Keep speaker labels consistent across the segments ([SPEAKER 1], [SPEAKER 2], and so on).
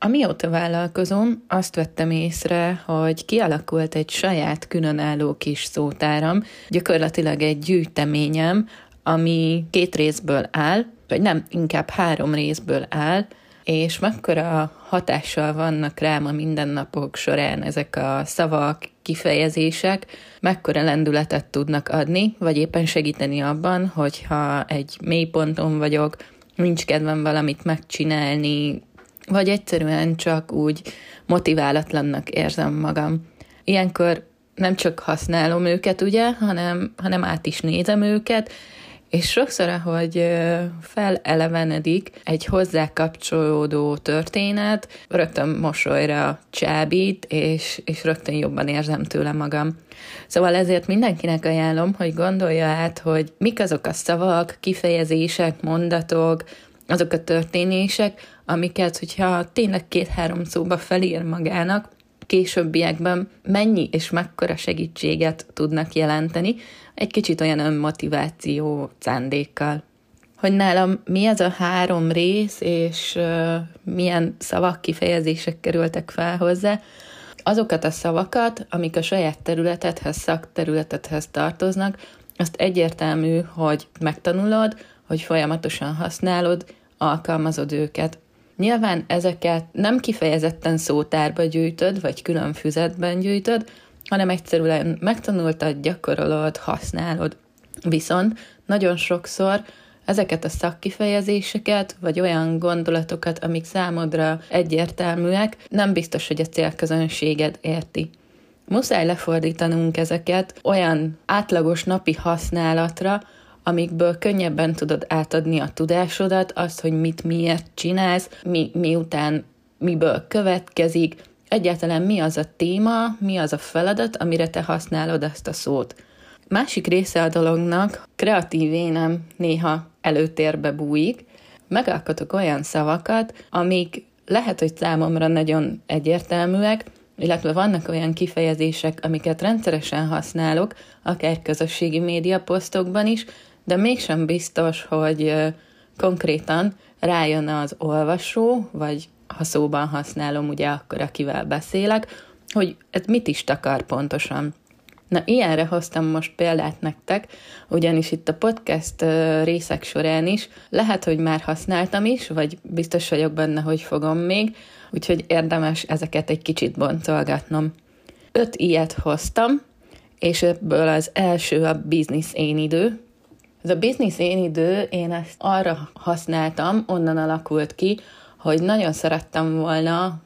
[SPEAKER 1] Amióta vállalkozom, azt vettem észre, hogy kialakult egy saját különálló kis szótáram, gyakorlatilag egy gyűjteményem, ami 2 részből áll, vagy nem, inkább 3 részből áll, és mekkora hatással vannak rám a mindennapok során ezek a szavak, kifejezések, mekkora lendületet tudnak adni, vagy éppen segíteni abban, hogyha egy mélyponton vagyok, nincs kedvem valamit megcsinálni, vagy egyszerűen csak úgy motiválatlannak érzem magam. Ilyenkor nem csak használom őket, ugye, hanem át is nézem őket, és sokszor, ahogy felelevenedik egy hozzá kapcsolódó történet, rögtön mosolyra csábít, és rögtön jobban érzem tőle magam. Szóval ezért mindenkinek ajánlom, hogy gondolja át, hogy mik azok a szavak, kifejezések, mondatok, azok a történések, amiket, hogyha tényleg 2-3 szóba felír magának, későbbiekben mennyi és mekkora segítséget tudnak jelenteni, egy kicsit olyan önmotiváció szándékkal. Hogy nálam mi az a 3 rész, és milyen szavak, kifejezések kerültek fel hozzá, azokat a szavakat, amik a saját területedhez, szakterületedhez tartoznak, azt egyértelmű, hogy megtanulod, hogy folyamatosan használod, alkalmazod őket. Nyilván ezeket nem kifejezetten szótárba gyűjtöd, vagy külön füzetben gyűjtöd, hanem egyszerűen megtanultad, gyakorolod, használod. Viszont nagyon sokszor ezeket a szakkifejezéseket, vagy olyan gondolatokat, amik számodra egyértelműek, nem biztos, hogy a célközönséged érti. Muszáj lefordítanunk ezeket olyan átlagos napi használatra, amikből könnyebben tudod átadni a tudásodat, azt, hogy mit miért csinálsz, miután miből következik, egyáltalán mi az a téma, mi az a feladat, amire te használod ezt a szót. Másik része a dolognak, kreatív énem néha előtérbe bújik, megalkotok olyan szavakat, amik lehet, hogy számomra nagyon egyértelműek, illetve vannak olyan kifejezések, amiket rendszeresen használok, akár közösségi média posztokban is, de mégsem biztos, hogy konkrétan rájön az olvasó, vagy ha szóban használom, ugye akkor akivel beszélek, hogy ez mit is takar pontosan. Na, ilyenre hoztam most példát nektek, ugyanis itt a podcast részek során is lehet, hogy már használtam is, vagy biztos vagyok benne, hogy fogom még, úgyhogy érdemes ezeket egy kicsit boncolgatnom. 5 ilyet hoztam, és ebből az első a business én idő. Ez a business én idő, én ezt arra használtam, onnan alakult ki, hogy nagyon szerettem volna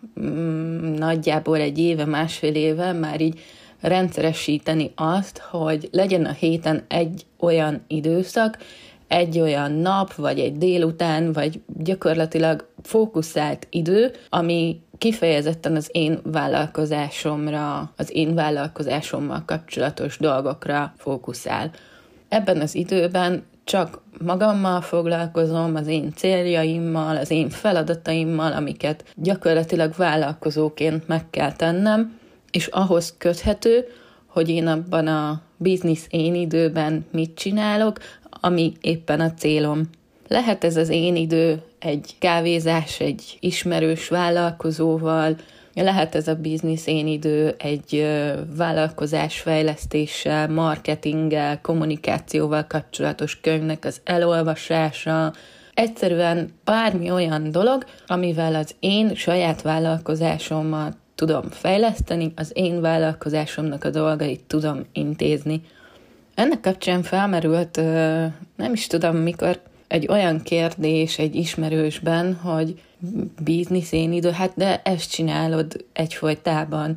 [SPEAKER 1] nagyjából 1 éve, 1,5 éve már így rendszeresíteni azt, hogy legyen a héten egy olyan időszak, egy olyan nap, vagy egy délután, vagy gyakorlatilag fókuszált idő, ami kifejezetten az én vállalkozásomra, az én vállalkozásommal kapcsolatos dolgokra fókuszál. Ebben az időben csak magammal foglalkozom, az én céljaimmal, az én feladataimmal, amiket gyakorlatilag vállalkozóként meg kell tennem, és ahhoz köthető, hogy én abban a business én időben mit csinálok, ami éppen a célom. Lehet ez az én idő egy kávézás egy ismerős vállalkozóval, lehet ez a business én idő egy vállalkozás fejlesztéssel, marketinggel, kommunikációval kapcsolatos könyvnek az elolvasása, egyszerűen bármi olyan dolog, amivel az én saját vállalkozásommal tudom fejleszteni, az én vállalkozásomnak a dolgait tudom intézni. Ennek kapcsán felmerült, nem is tudom mikor, egy olyan kérdés egy ismerősben, hogy business én idő, hát de ezt csinálod egyfolytában.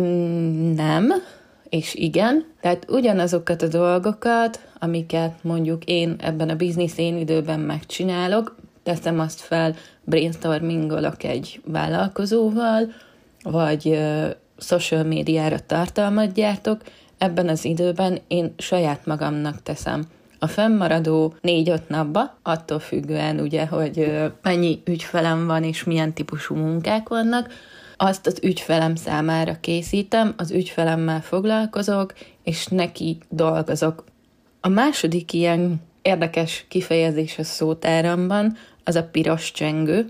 [SPEAKER 1] Nem, és igen. Tehát ugyanazokat a dolgokat, amiket mondjuk én ebben a business én időben megcsinálok, teszem azt fel, brainstormingolok egy vállalkozóval, vagy social médiára tartalmat gyártok, ebben az időben én saját magamnak teszem. A fennmaradó 4-5 napba, attól függően ugye, hogy mennyi ügyfelem van és milyen típusú munkák vannak, azt az ügyfelem számára készítem, az ügyfelemmel foglalkozok, és neki dolgozok. A második ilyen érdekes kifejezés a szótáramban az a piros csengő.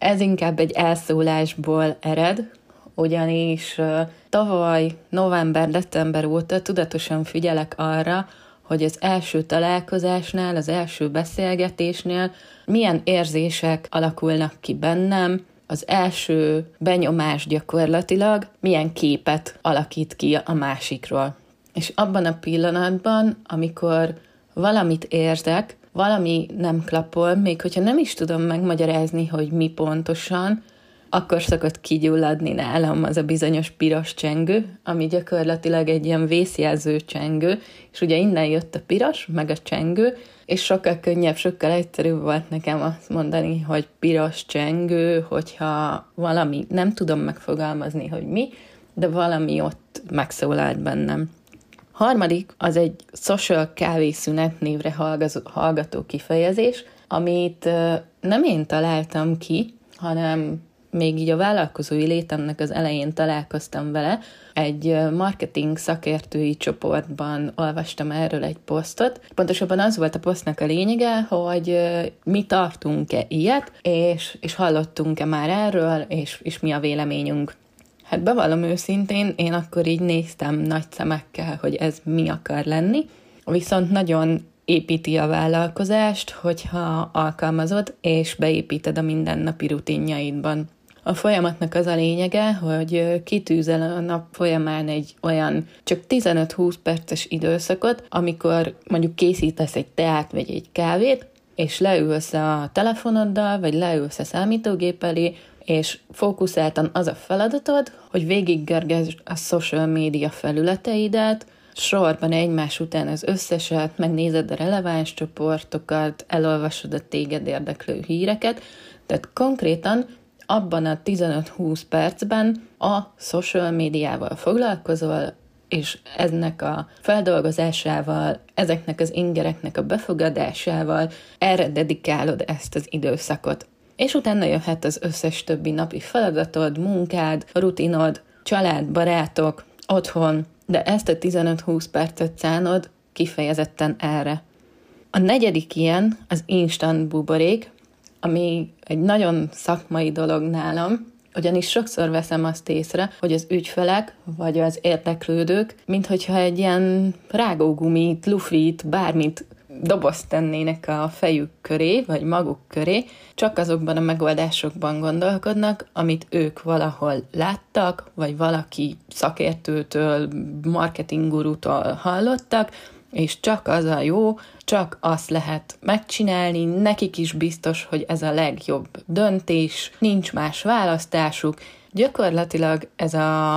[SPEAKER 1] Ez inkább egy elszólásból ered, ugyanis tavaly november-december óta tudatosan figyelek arra, hogy az első találkozásnál, az első beszélgetésnél milyen érzések alakulnak ki bennem, az első benyomás gyakorlatilag milyen képet alakít ki a másikról. És abban a pillanatban, amikor valamit érzek, valami nem klappol, még hogyha nem is tudom megmagyarázni, hogy mi pontosan, akkor szokott kigyulladni nálam az a bizonyos piros csengő, ami gyakorlatilag egy ilyen vészjelző csengő, és ugye innen jött a piros, meg a csengő, és sokkal könnyebb, sokkal egyszerűbb volt nekem azt mondani, hogy piros csengő, hogyha valami, nem tudom megfogalmazni, hogy mi, de valami ott megszólalt bennem. Harmadik, az egy social kávészünet névre hallgató kifejezés, amit nem én találtam ki, hanem még így a vállalkozói létemnek az elején találkoztam vele. Egy marketing szakértői csoportban olvastam erről egy posztot. Pontosabban az volt a posztnak a lényege, hogy mi tartunk-e ilyet, és hallottunk-e már erről, és mi a véleményünk. Hát bevallom őszintén, én akkor így néztem nagy szemekkel, hogy ez mi akar lenni, viszont nagyon építi a vállalkozást, hogyha alkalmazod, és beépíted a mindennapi rutinjaidban. A folyamatnak az a lényege, hogy kitűzel a nap folyamán egy olyan csak 15-20 perces időszakot, amikor mondjuk készítesz egy teát vagy egy kávét, és leülsz a telefonoddal, vagy leülsz a számítógép elé, és fókuszáltan az a feladatod, hogy végiggörgesd a social média felületeidet, sorban egymás után az összeset, megnézed a releváns csoportokat, elolvasod a téged érdeklő híreket, tehát konkrétan abban a 15-20 percben a social médiával foglalkozol, és eznek a feldolgozásával, ezeknek az ingereknek a befogadásával erre dedikálod ezt az időszakot. És utána jöhet az összes többi napi feladatod, munkád, rutinod, család, barátok, otthon, de ezt a 15-20 percet szánod kifejezetten erre. A negyedik ilyen az instant buborék, ami egy nagyon szakmai dolog nálam, ugyanis sokszor veszem azt észre, hogy az ügyfelek vagy az érdeklődők, minthogyha egy ilyen rágógumit, lufit, bármit dobozt tennének a fejük köré, vagy maguk köré, csak azokban a megoldásokban gondolkodnak, amit ők valahol láttak, vagy valaki szakértőtől, marketinggurútól hallottak, és csak az a jó, csak azt lehet megcsinálni, nekik is biztos, hogy ez a legjobb döntés, nincs más választásuk. Gyakorlatilag ez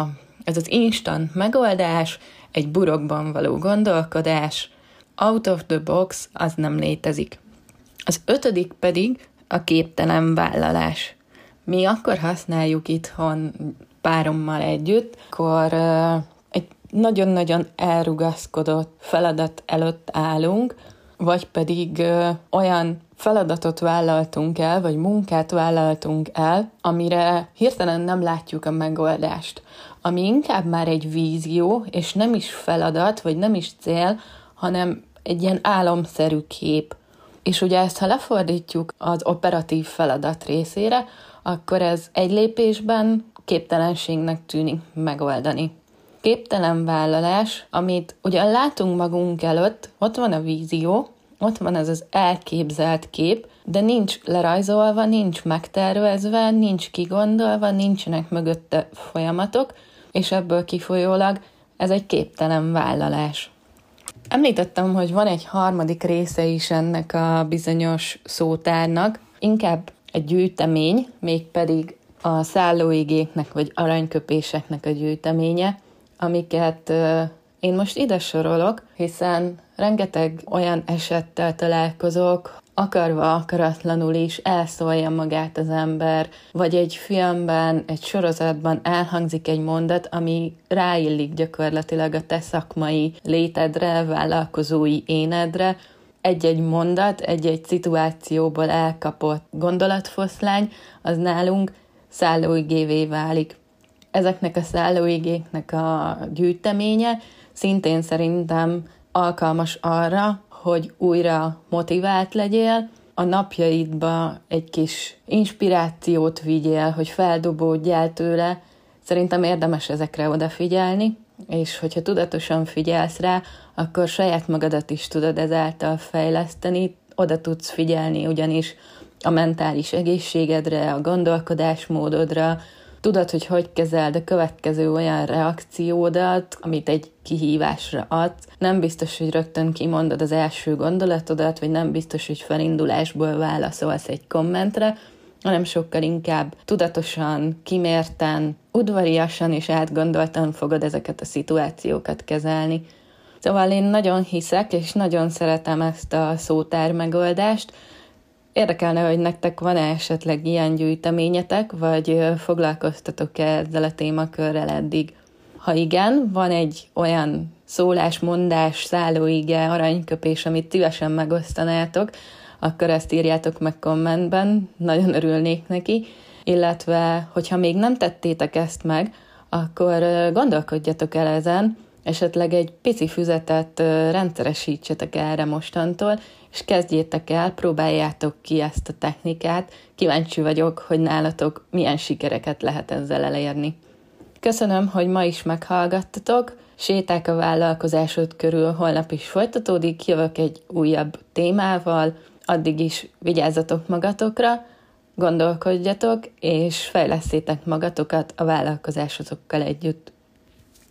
[SPEAKER 1] az instant megoldás, egy burokban való gondolkodás, out of the box, az nem létezik. Az 5. pedig a képtelen vállalás. Mi akkor használjuk itthon párommal együtt, akkor egy nagyon-nagyon elrugaszkodott feladat előtt állunk, vagy pedig olyan feladatot vállaltunk el, vagy munkát vállaltunk el, amire hirtelen nem látjuk a megoldást. Ami inkább már egy vízió, és nem is feladat, vagy nem is cél, hanem egy ilyen álomszerű kép. És ugye ezt, ha lefordítjuk az operatív feladat részére, akkor ez egy lépésben képtelenségnek tűnik megoldani. Képtelen vállalás, amit ugyan látunk magunk előtt, ott van a vízió, ott van ez az elképzelt kép, de nincs lerajzolva, nincs megtervezve, nincs kigondolva, nincsenek mögötte folyamatok, és ebből kifolyólag ez egy képtelen vállalás. Említettem, hogy van egy harmadik része is ennek a bizonyos szótárnak, inkább egy gyűjtemény, mégpedig a szállóigéknek vagy aranyköpéseknek a gyűjteménye, amiket én most ide sorolok, hiszen rengeteg olyan esettel találkozok, akarva akaratlanul is elszólja magát az ember, vagy egy filmben, egy sorozatban elhangzik egy mondat, ami ráillik gyakorlatilag a te szakmai létedre, vállalkozói énedre. Egy-egy mondat, egy-egy szituációból elkapott gondolatfoszlány, az nálunk szállóigévé válik. Ezeknek a szállóigéknek a gyűjteménye szintén szerintem alkalmas arra, hogy újra motivált legyél, a napjaidba egy kis inspirációt vigyél, hogy feldobódjál tőle. Szerintem érdemes ezekre odafigyelni, és hogyha tudatosan figyelsz rá, akkor saját magadat is tudod ezáltal fejleszteni, oda tudsz figyelni ugyanis a mentális egészségedre, a gondolkodásmódodra, tudod, hogy kezeld a következő olyan reakciódat, amit egy kihívásra adsz. Nem biztos, hogy rögtön kimondod az első gondolatodat, vagy nem biztos, hogy felindulásból válaszolsz egy kommentre, hanem sokkal inkább tudatosan, kimérten, udvariasan és átgondoltan fogod ezeket a szituációkat kezelni. Szóval én nagyon hiszek, és nagyon szeretem ezt a szótár megoldást. Érdekelne, hogy nektek van-e esetleg ilyen gyűjteményetek, vagy foglalkoztatok-e ezzel a témakörrel eddig? Ha igen, van egy olyan szólás, mondás, szállóige, aranyköpés, amit szívesen megosztanátok, akkor ezt írjátok meg kommentben, nagyon örülnék neki, illetve, hogyha még nem tettétek ezt meg, akkor gondolkodjatok el ezen, esetleg egy pici füzetet rendszeresítsetek erre mostantól, és kezdjétek el, próbáljátok ki ezt a technikát. Kíváncsi vagyok, hogy nálatok milyen sikereket lehet ezzel elérni. Köszönöm, hogy ma is meghallgattatok. Séták a vállalkozásod körül holnap is folytatódik, jövök egy újabb témával, addig is vigyázzatok magatokra, gondolkodjatok, és fejlesszétek magatokat a vállalkozásotokkal együtt.